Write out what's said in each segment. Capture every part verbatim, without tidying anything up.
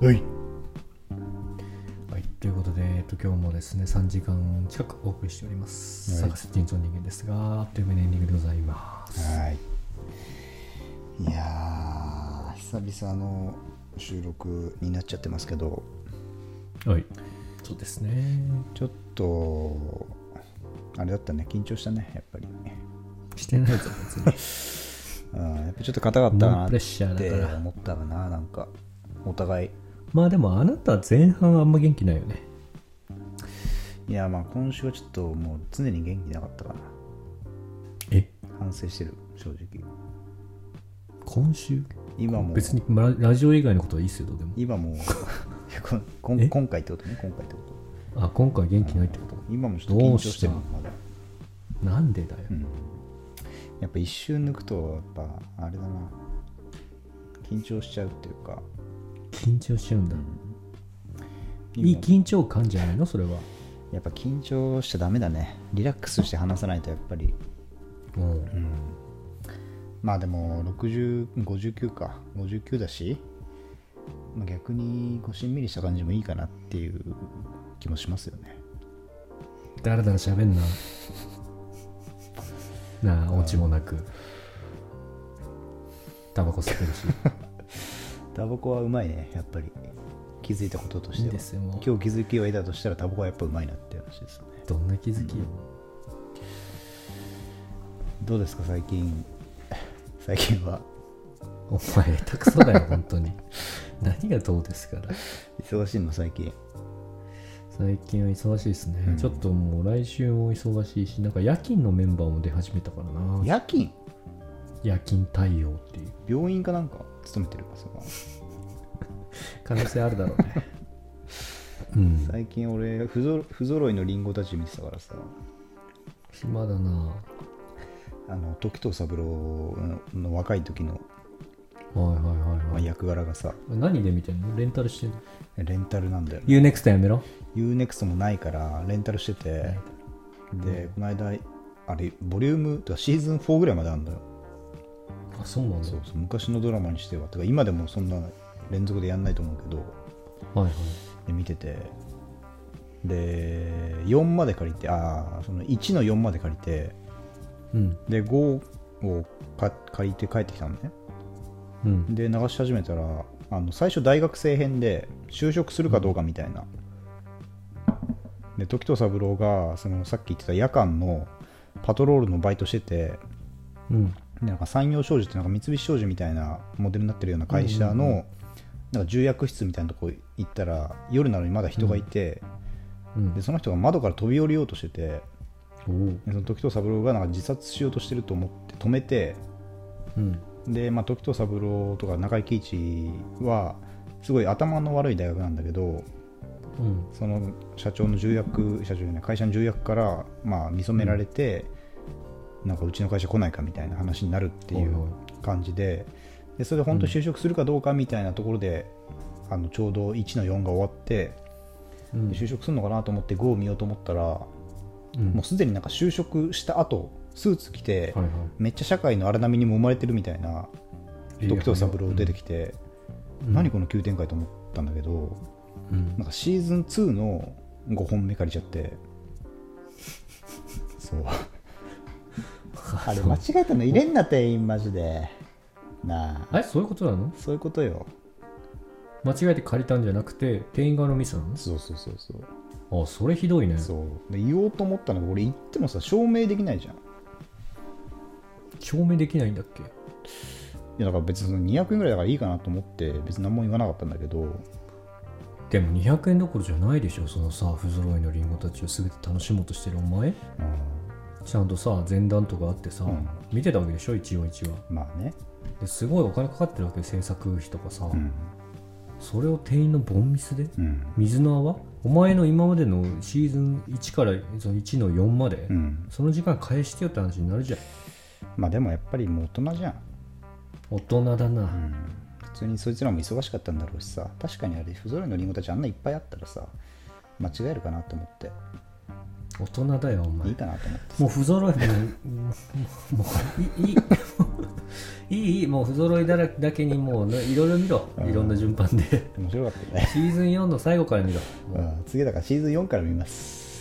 はい、 はい、ということで、えっと、今日もですねさんじかん近くお送りしております、 はい、 探す人造人間ですが、あっという間にエンディングでございます。 はい、いやー久々の収録になっちゃってますけど、 はい、そうですね、 ちょっとあれだったね、緊張したね、やっぱりしてないぞ別にうん、やっぱちょっと硬かったなって思ったかな、なんかお互い。 まあでもあなた前半あんま元気ないよね。 いやまあ今週はちょっともう常に元気なかったかな。 え反省してる、正直。 今週今も別にラジオ以外のことはいいっすよ、どうでも。 今も今回ってことね、今回ってこと。あ、今回元気ないってこと。 今もちょっと緊張してるのまだ。なんでだよ、 うん、やっぱ一瞬抜くとやっぱあれだな、緊張しちゃうっていうか。 緊張しちゃうんだ、うん、いい緊張感じゃないのそれは。 やっぱ緊張しちゃダメだね、リラックスして話さないとやっぱり。うん、うん、まあでもろくじゅう、ごじゅうきゅうか、ごじゅうきゅうだし、まあ、逆にこうしんみりした感じもいいかなっていう気もしますよね。 だらだらしゃべんななあ、オチもなくタバコ吸ってるしタバコはうまいね、やっぱり。気づいたこととしては。いいですよ、もう今日気づきを得たとしたらタバコはやっぱうまいなって話ですね。 どんな気づきよ、 うん、どうですか最近最近は。 お前下手くそだよ本当に何がどうですから。 忙しいの最近。 最近は忙しいですね、うん、ちょっともう来週も忙しいし、なんか夜勤のメンバーも出始めたからな。 夜勤夜勤対応っていう。 病院かなんか勤めてるか、その可能性あるだろうねうん、 最近俺不ぞ不揃いのリンゴたち見てたからさ。 暇だな。 あの時藤三郎 の, の若い時の、 はいはいはい、はい、 まあ、役柄がさ。 何で見てんの？レンタルしてんの？ レンタルなんだよね。 ユーネクスト やめろ。 ユーネクスト もないからレンタルしてて、うん、でこの間あれボリュームとかシーズンフォーぐらいまであるんだよ。 あ、そうなんだ。 そうそう、昔のドラマにしてはてか今でもそんな連続でやんないと思うけど、 はいはい、 で見てて、でよんまで借りて、ああそのいちのよんまで借りて、うん、でごをか借りて帰ってきたのね、うん、で流し始めたら、あの最初大学生編で就職するかどうかみたいな、うん、で時藤三郎がそのさっき言ってた夜間のパトロールのバイトしてて、うん、なんか山陽商事ってなんか三菱商事みたいなモデルになってるような会社のなんか重役室みたいなとこ行ったら夜なのにまだ人がいて、うん、でその人が窓から飛び降りようとしてて、うん、その時藤三郎がなんか自殺しようとしてると思って止めて、うん、で、まあ、時藤三郎とか中井貴一はすごい頭の悪い大学なんだけど、うん、その社長の重役社長じゃない会社の重役から、まあ、見初められて、うん、なんかうちの会社来ないかみたいな話になるっていう感じで、でそれで本当就職するかどうかみたいなところで、うん、あのちょうどいちのよんが終わって、うん、就職するのかなと思ってごを見ようと思ったら、うん、もうすでになんか就職した後スーツ着て、はいはい、めっちゃ社会の荒波にも生まれてるみたいな時藤三郎出てきて、うん、何この急展開と思ったんだけど、うん、なんかシーズンツーのごほんめ借りちゃってそうあれ間違えたの入れんなっていいマジでなあ。 え、そういうことなの？ そういうことよ。 間違えて借りたんじゃなくて店員側のミスなの？ そうそうそうそう。 あ、それひどいね。 そうで言おうと思ったのが、俺言ってもさ証明できないじゃん。 証明できないんだっけ？いやだから別にそのにひゃくえんぐらいだからいいかなと思って別に何も言わなかったんだけど。 でもにひゃくえんどころじゃないでしょ。そのさ不揃いのリンゴたちを全て楽しもうとしてるお前、うん、ちゃんとさ前段とかあってさ、うん、見てたわけでしょ一話一話。 まあね。 ですごいお金かかってるわけよ、制作費とかさ、うん、それを店員のボンミスで、うん、水の泡、お前の今までのシーズンいちからそのいちのよんまで、うん、その時間返してよって話になるじゃん。 まあでもやっぱりもう大人じゃん。 大人だな、うん、 普通にそいつらも忙しかったんだろうしさ、確かにあれ不揃いのリンゴたちあんないっぱいあったらさ間違えるかなと思って。 大人だよお前。 いいかなと思って。 もう不揃いももういいいいいいもう不揃いだらだけにもういろいろ見ろ、いろんな順番で面白かったね。 シーズンよんの最後から見ろ。 うん、次だからシーズンよんから見ます。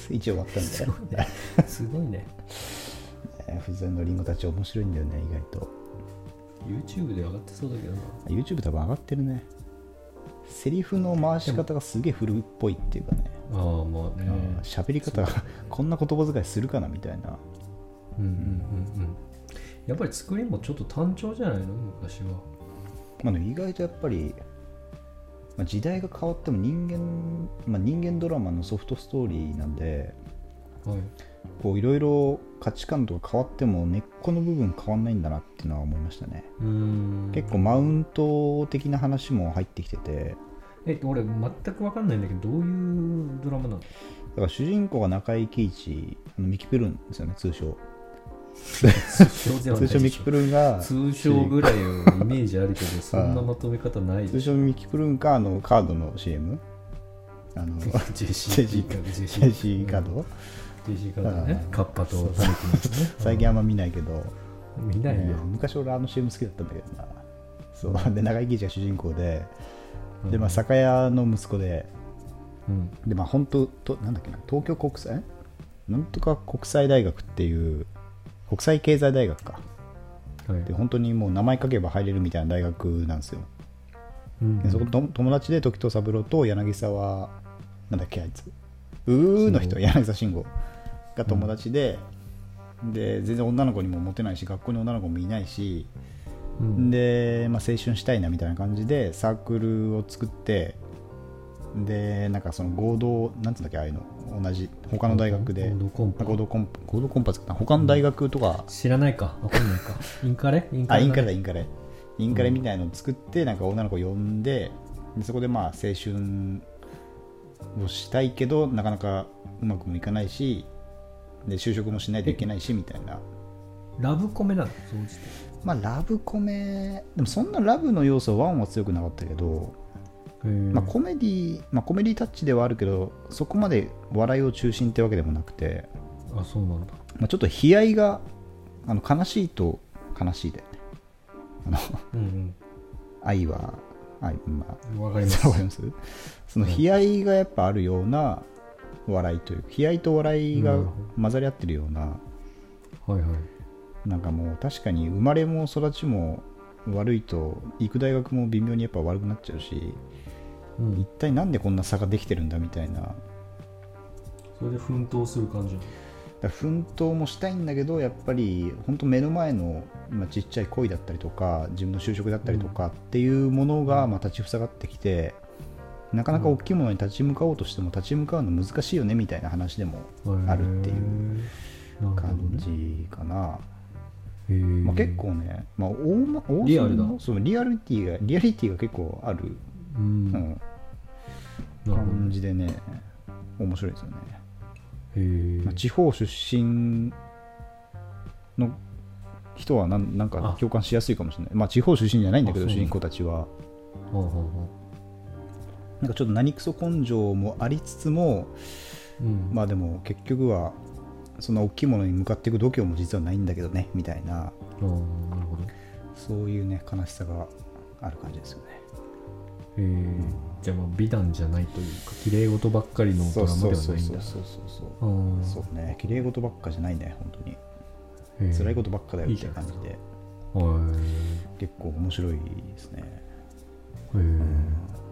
一応終わったんで。 すごいね。すごいね。 不全のリンゴたち面白いんだよね、意外と。 YouTube で上がってそうだけどな。 YouTube 多分上がってるね。セリフの回し方がすげえ古っぽいっていうかね。 ああ、まあね。 喋り方がこんな言葉遣いするかなみたいな。 うんうんうんうん。やっぱり作りもちょっと単調じゃないの昔は。 まあ、意外とやっぱり、まあ、時代が変わっても人間、まあ、人間ドラマのソフトストーリーなんで、はい、こういろいろ価値観とか変わっても根っこの部分変わんないんだなっていうのは思いましたね。うーん、結構マウント的な話も入ってきてて、 え俺全く分かんないんだけど、どういうドラマなの？だから主人公が中井貴一、あのミキプルーンですよね、通称。 通称ミキプルーンが通称ぐらいのイメージあるけどそんなまとめ方ないでしょ。通称ミキプルーンかあのカードの シーエム、 あの ジェシー カード ジェシー カードジェシーカードね、カッパとタヌキのね。 最近あんま見ないけど、 見ないよ、 ね、昔俺あの シーエム 好きだったんだけどな。そうで中井貴一が主人公で、でまあ酒屋の息子で、うん、でまあ本当となんだっけな、東京国際なんとか国際大学っていう国際経済大学か、はい、で本当にもう名前書けば入れるみたいな大学なんですよ、うん、でそこと友達で時戸三郎と柳沢なんだっけあいつうーの人、柳沢慎吾が友達で、うん、で全然女の子にもモテないし学校に女の子もいないし、うん、で、まあ、青春したいなみたいな感じでサークルを作って、でなんかその合同なんつうんだっけ、ああいうの同じ他の大学で合同コンパ合同コンパ合同コンパかな、他の大学とか、 うん、知らないか分かんないかインカレインカレあインカレだインカレインカレみたいなのを作って、うん、なんか女の子呼んで、でそこでまあ青春をしたいけどなかなかうまくもいかないし、で就職もしないといけないしみたいな。 ラブコメなの？そうしてまあラブコメでもそんなラブの要素はワンは強くなかったけど、まあ、コメディ、まあ、コメディタッチではあるけどそこまで笑いを中心ってわけでもなくて、 あ、そうなんだ。 まあ、ちょっと悲哀があの悲しいと悲しいだよね。あの、うんうん、愛は愛、まあ、わかります。 わかります。その悲哀がやっぱあるような笑いという、悲哀と笑いが混ざり合ってるような、 はいはい、 なんかもう確かに生まれも育ちも悪いと行く大学も微妙にやっぱ悪くなっちゃうし、うん、一体なんでこんな差ができてるんだみたいな。 それで奮闘する感じ。 だ奮闘もしたいんだけどやっぱり本当目の前の、まあ、ちっちゃい恋だったりとか自分の就職だったりとかっていうものが、まあ、立ちふさがってきて、なかなか大きいものに立ち向かおうとしても立ち向かうの難しいよねみたいな話でもあるっていう感じかな。へー、まあ、結構ね、まあ、大ま大リアルだ。 そうリアリティがリアリティが結構ある、うんうん、感じでね面白いですよね。へー、まあ、地方出身の人はな ん, なんか共感しやすいかもしれない。まあ地方出身じゃないんだけど主人公たちはほうほうほう、なんかちょっと何クソ根性もありつつも、うん、まあでも結局はそんな大きいものに向かっていく度胸も実はないんだけどねみたいな、なるほど、そういうね悲しさがある感じですよね。 へー、うん、じゃあまあ美談じゃないというか綺麗事ばっかりのドラマではないんだ。そうそうそうそうそうそうね、綺麗事ばっかじゃないね本当に。辛いことばっかだよって感じで、結構面白いですね。へー、うん、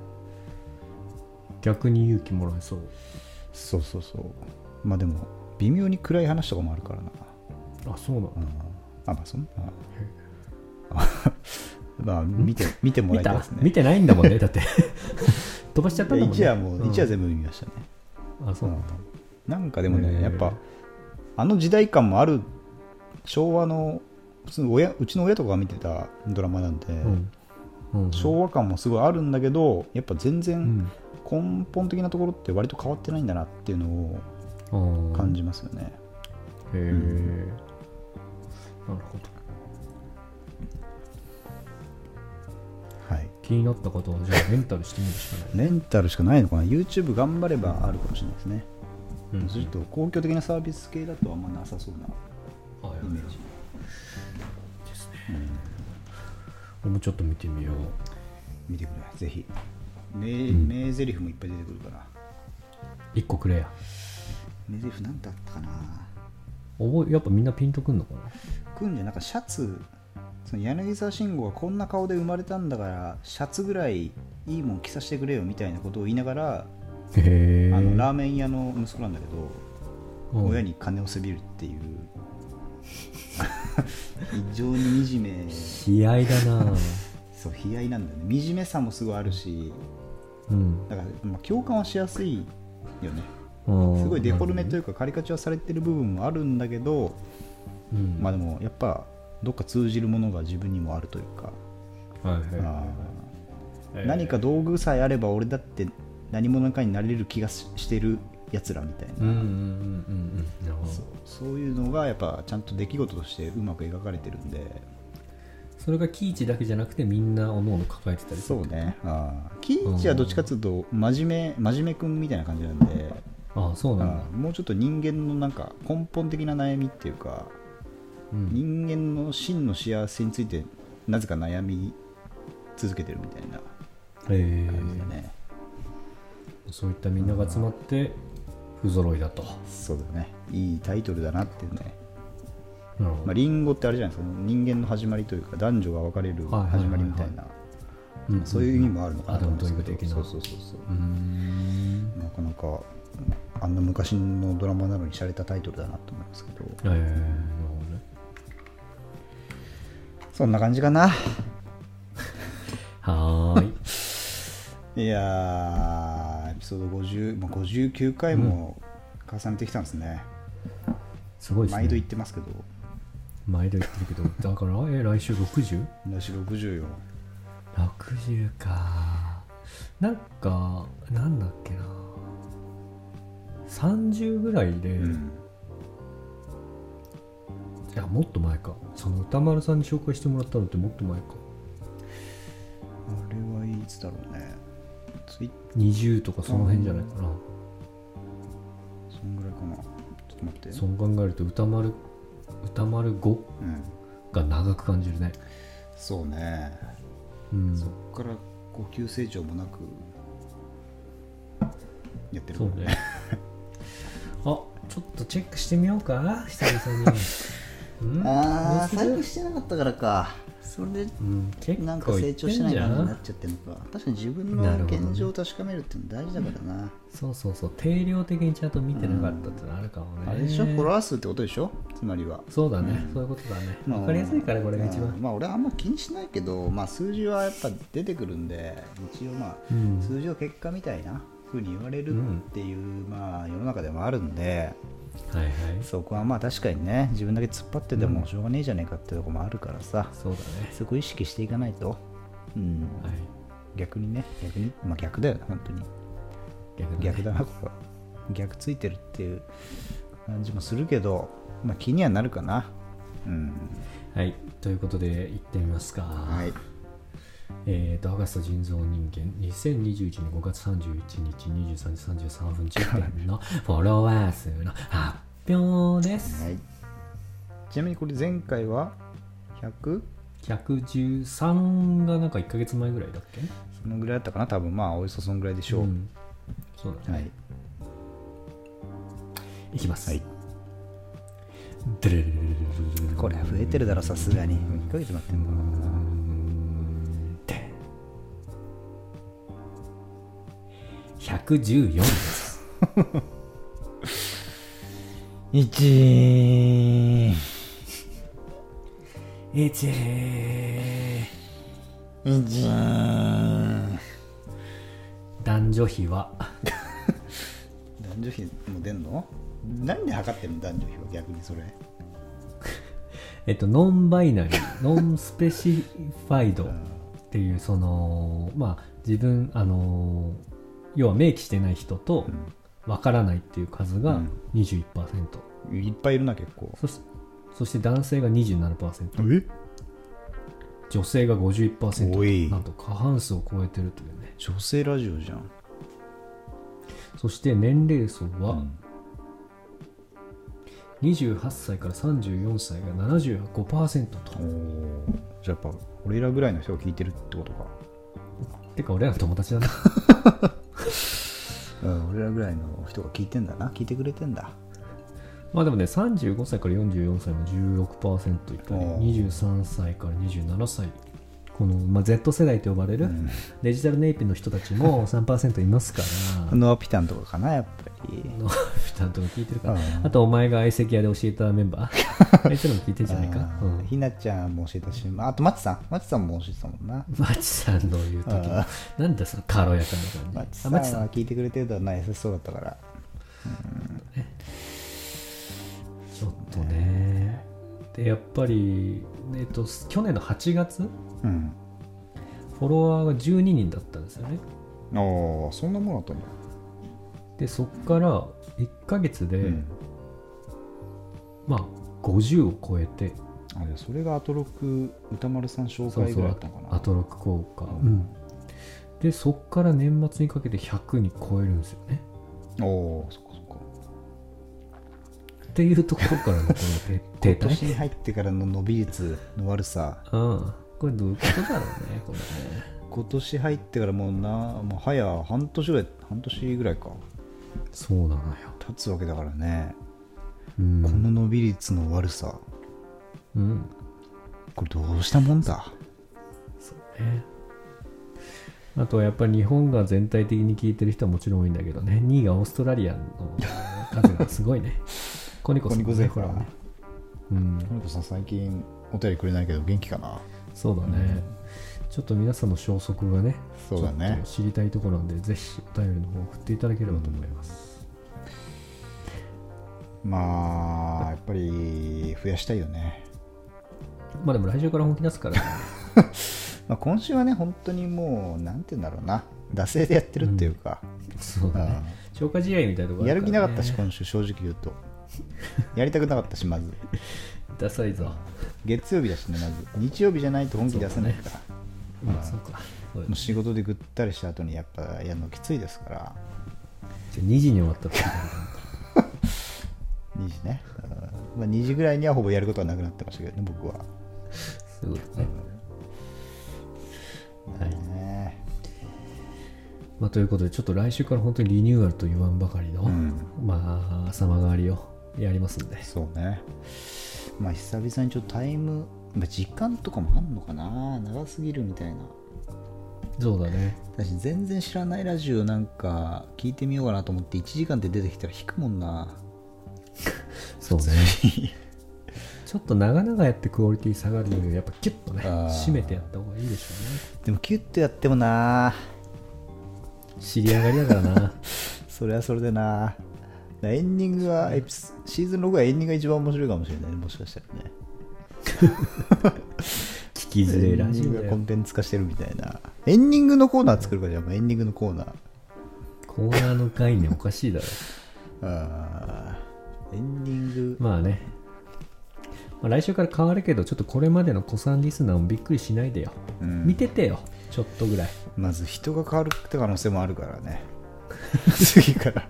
逆に勇気もらえそう。 そうそうそう。まあでも微妙に暗い話とかもあるからな。 あ、そうなんだ。うん、 あ、まあそんなまあ見て見てもらいたいですね。 見てないんだもんねだって飛ばしちゃったんだもんね。 いちわもういちわ全部見ましたね。 あ、そうなんだ。 なんかでもねやっぱあの時代感もある。昭和の普通の親うちの親とかが見てたドラマなんで、うんうんうん、昭和感もすごいあるんだけどやっぱ全然根本的なところって割と変わってないんだなっていうのを感じますよね。 へー、うん、なるほど。はい、 気になった方はじゃあレンタルしてみるしかない。 レンタルしかないのかな。 YouTube 頑張ればあるかもしれないですね。うん、ちょっと公共的なサービス系だとあんまなさそうなイメージですね。 れもちょっと見てみよう。 見てくれぜひ。名、うん、名台詞もいっぱい出てくるからいっこくれや。 名台詞なんだったかな。 覚えやっぱみんなピンとくんのかな。 くんじゃなんかシャツ、その柳沢慎吾がこんな顔で生まれたんだからシャツぐらいいいもん着させてくれよみたいなことを言いながら、 へあのラーメン屋の息子なんだけど、親に金をせびるっていう非常に惨め。 悲哀だなそう悲哀なんだよね。惨めさもすごいあるし、うん、だから、まあ、共感はしやすいよね。すごいデフォルメというかカリカチュアされてる部分もあるんだけど、うん、まあでもやっぱどっか通じるものが自分にもあるというか、はいはいはいはい、何か道具さえあれば俺だって何者かになれる気がしてるやつらみたいな、そういうのがやっぱちゃんと出来事としてうまく描かれてるんで、 それが喜一だけじゃなくてみんなおのおの抱えてたりする。 そうね。あ喜一はどっちかというと真面目真面目くんみたいな感じなんで、 ああそうなんだ。 もうちょっと人間のなんか根本的な悩みっていうか、うん、人間の真の幸せについてなぜか悩み続けてるみたいな感じだね。 そういったみんなが集まって不揃いだと。 そうだね。いいタイトルだなっていうね。まあ、リンゴってあれじゃないですか、人間の始まりというか男女が分かれる始まりみたいな、そういう意味もあるのかなと思うんですけど、そうそうそうそう、うーん、なかなかあんな昔のドラマなのに洒落たタイトルだなと思いますけど、えー、なるほどね。そんな感じかな。 はーい。いやー、エピソードごじゅう、まあ、ごじゅうきゅうかいも重ねてきたんですね。 うん、すごいですね。 毎度言ってますけど。 毎度言ってるけど、だからえ来週 ろくじゅう？ 来週ろくじゅうよ。 ろくじゅうか。なんかなんだっけな、さんじゅうぐらいで、うん、いやもっと前か。その歌丸さんに紹介してもらったのってもっと前か。 あれはいつだろうね。 にじゅうとかその辺じゃないかな。 そんぐらいかな。ちょっと待って。 そう考えると歌丸歌丸ごが長く感じるね、うん、 そうね、うん、そっから呼吸成長もなくやってるからね。そうねあ、ちょっとチェックしてみようか久々 に、うん、ああ財布してなかったからか。それで、うん、なんか成長しない感じになっちゃってるのか。確かに自分の現状を確かめるっていうの大事だからな、ね、 そうそうそう、定量的にちゃんと見てなかったってのあるかもね、 うん、あれでしょ、フォロワー数ってことでしょ、つまりは。 そうだね、うん、そういうことだね。分かりやすいからこれが一番、 まあ、まあ俺はあんま気にしないけど、まあ、数字はやっぱ出てくるんで、一応まあ、うん、数字の結果みたいなふうに言われるっていう、うん、まあ世の中でもあるんで、 はいはい、 そこはまあ確かにね、自分だけ突っ張っててもしょうがねえじゃねえかってとこもあるからさ、 うん、そうだね、 そこ意識していかないと、うんはい、逆にね、逆に、まあ逆だよね、本当に逆だね、逆だな、これは逆ついてるっていう感じもするけど、まあ気にはなるかな、うん、 はい、ということで行ってみますか。はい、えーと、アガスト人造人間にせんにじゅういちねんごがつさんじゅういちにちにじゅうさんじさんじゅうさんぷん時点のフォロワー数の発表です、はい、 ちなみにこれ前回は ひゃく? ひゃくじゅうさんがなんかいっかげつまえぐらいだっけ。 そのぐらいだったかな、多分。まあおよそそのぐらいでしょう、うん、 そうだね、はい、いきます、はい、 これは増えてるだろさすがに。いっかげつ待ってんのかな。 ひゃくじゅうよんです。 いちいちいち男女比は男女比も出んの？何で測ってるの男女比は。逆にそれえっとノンバイナリーノンスペシファイドっていう、そのまあ自分あの要は明記してない人と分からないっていう数が にじゅういちパーセント、 うん、いっぱいいるな結構。 そ, しそして男性が にじゅうななパーセント、 え女性が ごじゅういちパーセント、 なんと過半数を超えてるというね。 女性ラジオじゃん。 そして年齢層はにじゅうはっさいからさんじゅうよんさいが ななじゅうごパーセント と。 おじゃあやっぱ俺らぐらいの人が聞いてるってことか。 てか俺らの友達だなうん、俺らぐらいの人が聞いてんだな、聞いてくれてんだ。 まあでもね、さんじゅうごさいからよんじゅうよんさいも じゅうろくパーセント いたり、にじゅうさんさいからにじゅうななさい、この、まあ、Z 世代と呼ばれるデジタルネイピの人たちも さんパーセント いますから。 ノアピタンとかかな、やっぱり。 ノアピタンとか聞いてるから。あとお前が相席屋で教えたメンバーあいつらも聞いてるんじゃないか。 うん、ひなちゃんも教えたし、あとマチさんマチさんも教えてたもんな。 マチさんの言うときなんだその軽やかな感じ。マチさんは聞いてくれてるとはな、優しそうだったから、うんね、 ちょっとね。でやっぱり、えっと、去年のはちがつ、うん、フォロワーがじゅうににんだったんですよね。 ああ、そんなものだったんだ。 でそっからいっかげつで、うん、まあごじゅうを超えて、 あ、それがアトロク歌丸さん紹介ぐらいだったのかな。 そうそう、アトロク効果、うん、でそっから年末にかけてひゃくに超えるんですよね。 おお、そっかそっか。 っていうところからのこの停滞今年に入ってからの伸び率の悪さ、 うん、これどういうことだろうねこれね。 今年入ってからもうな、もう早半年ぐらい半年ぐらいか。 そうなのよ。 経つわけだからね、うん、この伸び率の悪さ、うん、これどうしたもんだ。 そうね。あとはやっぱり日本が全体的に聞いてる人はもちろん多いんだけどね、にいがオーストラリアの数がすごいねコニコさんね、 コニコさんからね、うん、コニコさん最近お便りくれないけど元気かな。 そうだね、うん、ちょっと皆さんの消息がね、 そうだね、 知りたいところなんで、ぜひお便りの方を送っていただければと思います、 うん、まあやっぱり増やしたいよね。 まあでも来週から本気出すから、ねまあ今週はね、本当にもうなんて言うんだろうな、惰性でやってるっていうか、 うん、そうだね、消化試合みたいなところあるから、ね、 やる気なかったし今週正直言うとやりたくなかったし、まずダサいぞ。 月曜日だしね、まず日曜日じゃないと本気出せないから、 そうね、まあ、そうか、 もう仕事でぐったりした後にやっぱやるのきついですから。 じゃにじに終わったってにじね、まあ、にじぐらいにはほぼやることはなくなってましたけどね、僕は。 そうですね、うん、はい、ね、まあ、ということでちょっと来週から本当にリニューアルと言わんばかりの、うん、まあ様変わりをやりますんで。 そうね、まあ久々にちょっとタイム、まあ、時間とかもあんのかな、長すぎるみたいな。 そうだね、 私全然知らないラジオなんか聞いてみようかなと思っていちじかんで出てきたら引くもんなそうねちょっと長々やってクオリティ下がるよりやっぱキュッとね締めてやった方がいいでしょうね。 でもキュッとやってもな、 知り上がりだからなそれはそれでな、エンディングはエピシーズンろくはエンディングが一番面白いかもしれない、もしかしたらね聞きづれラジオがコンテンツ化してるみたいな。エンディングのコーナー作るから、じゃあもうエンディングのコーナーコーナーの概念おかしいだろあエンディング、 まあね、まあ、来週から変わるけど、ちょっとこれまでの古参リスナーもびっくりしないでよ、うん、見ててよ、ちょっとぐらい。 まず人が変わるって可能性もあるからね次から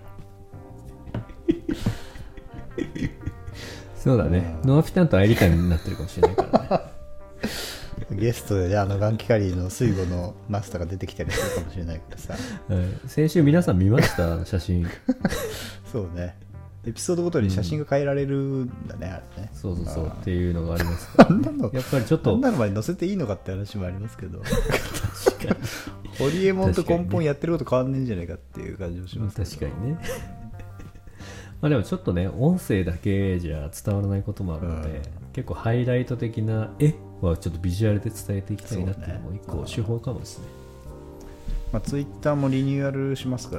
そうだね、ノアピタンとアイリタンになってるかもしれないからねゲストで、ね、あのガンキカリーの水郷のマスターが出てきたりするかもしれないからさ、 はい、先週皆さん見ました写真そうね、エピソードごとに写真が変えられるんだね、うん、あれね。 そうそうそうっていうのがありますから、ね、やっぱりちょっとあんなのまで載せていいのかって話もありますけど確かにホリエモンと根本やってること変わんねえんじゃないかっていう感じもしますけど。 確かにねまあでもちょっとね、音声だけじゃ伝わらないこともあるので、うん、結構ハイライト的な絵はちょっとビジュアルで伝えていきたいなっていうのも一個手法かもですね。 まあ、ツイッターもリニューアルしますから。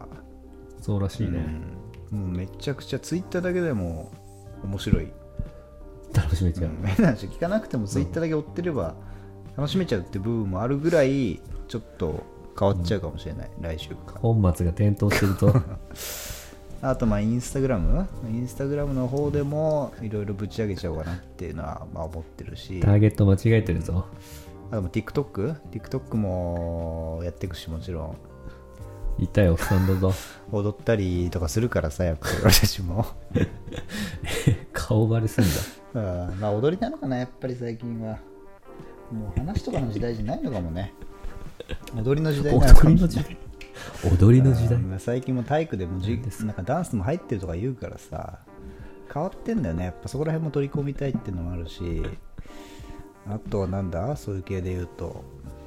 そうらしいね、 うん、もうめちゃくちゃツイッターだけでも面白い、 楽しめちゃう、 うん、変な話聞かなくてもツイッターだけ追ってれば楽しめちゃうって部分もあるぐらいちょっと変わっちゃうかもしれない、うん、来週か本末が転倒してるとあとまあインスタグラムインスタグラムの方でもいろいろぶち上げちゃおうかなっていうのはまあ思ってるし、 ターゲット間違えてるぞ。 あと TikTok?TikTok もやっていくし、もちろんいたよ、さんだぞ。 踊ったりとかするからさ、やっぱり私たちも顔バレすんだ。まあ踊りなのかな、やっぱり最近は。もう話とかの時代じゃないのかもね。踊りの時代なのかもしれない。 踊りの時代。 最近も体育でもじなんかダンスも入ってるとか言うからさ、変わってんだよね。やっぱそこら辺も取り込みたいっていうのもあるし、あとはなんだ、そういう系で言うと、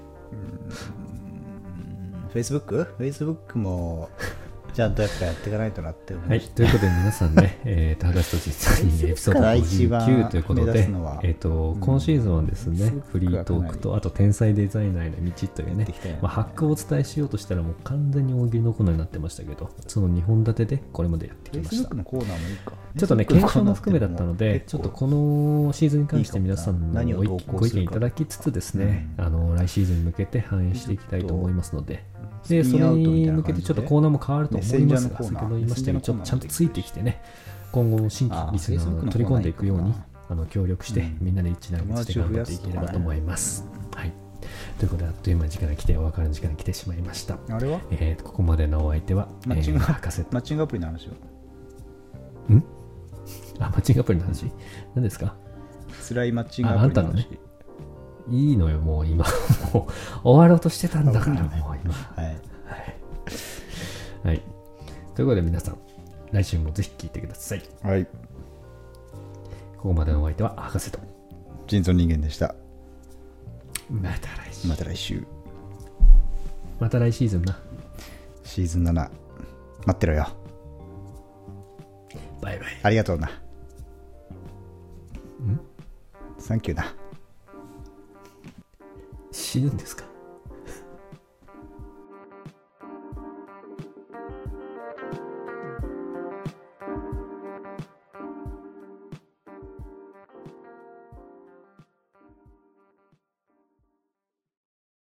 うーん、Facebook? Facebook もちゃんとやっぱやっていかないとなって思う。 はい、ということで皆さんね、えー、と話すと実際にエピソードごじゅうきゅうということで、えーと、今シーズンはですね、うん、フリートークと、あと天才デザイナーへの道というね、まあ、ハックをお伝えしようとしたらもう完全に大喜利のコーナーになってましたけど、そのにほん立てでこれまでやってきました。 Facebook のコーナーもいいか。 ちょっとね、検証も含めだったので、ちょっとこのシーズンに関して皆さんのご意見いただきつつですね、うん、あの来シーズンに向けて反映していきたいと思いますので、でそれに向けてちょっとコーナーも変わると思いますが、先ほど言いましたようにちょっとちゃんとついてきてね、今後新規リスナーを取り込んでいくようにあの協力して、みんなで一致団結して頑張っていければと思います。はい、ということで、あっという間に時間が来て、お別れの時間が来てしまいました。 あれは、 えー、ここまでのお相手はマッチング、 えー、博士マッチングアプリの話をんあ、マッチングアプリの話何ですか？ 辛いマッチングアプリの話。あ、あんたのね、 いいのよ、もう今もう終わろうとしてたんだから、もう今はい、 はい、ということで皆さん、来週もぜひ聞いてください。 はい。 ここまでのお相手は博士と人造人間でした。 また来週。 また来週。 また来シーズンな。 シーズンなな。待ってろよ。 バイバイ。 ありがとうな。ん？ サンキューな。 死ぬんですか？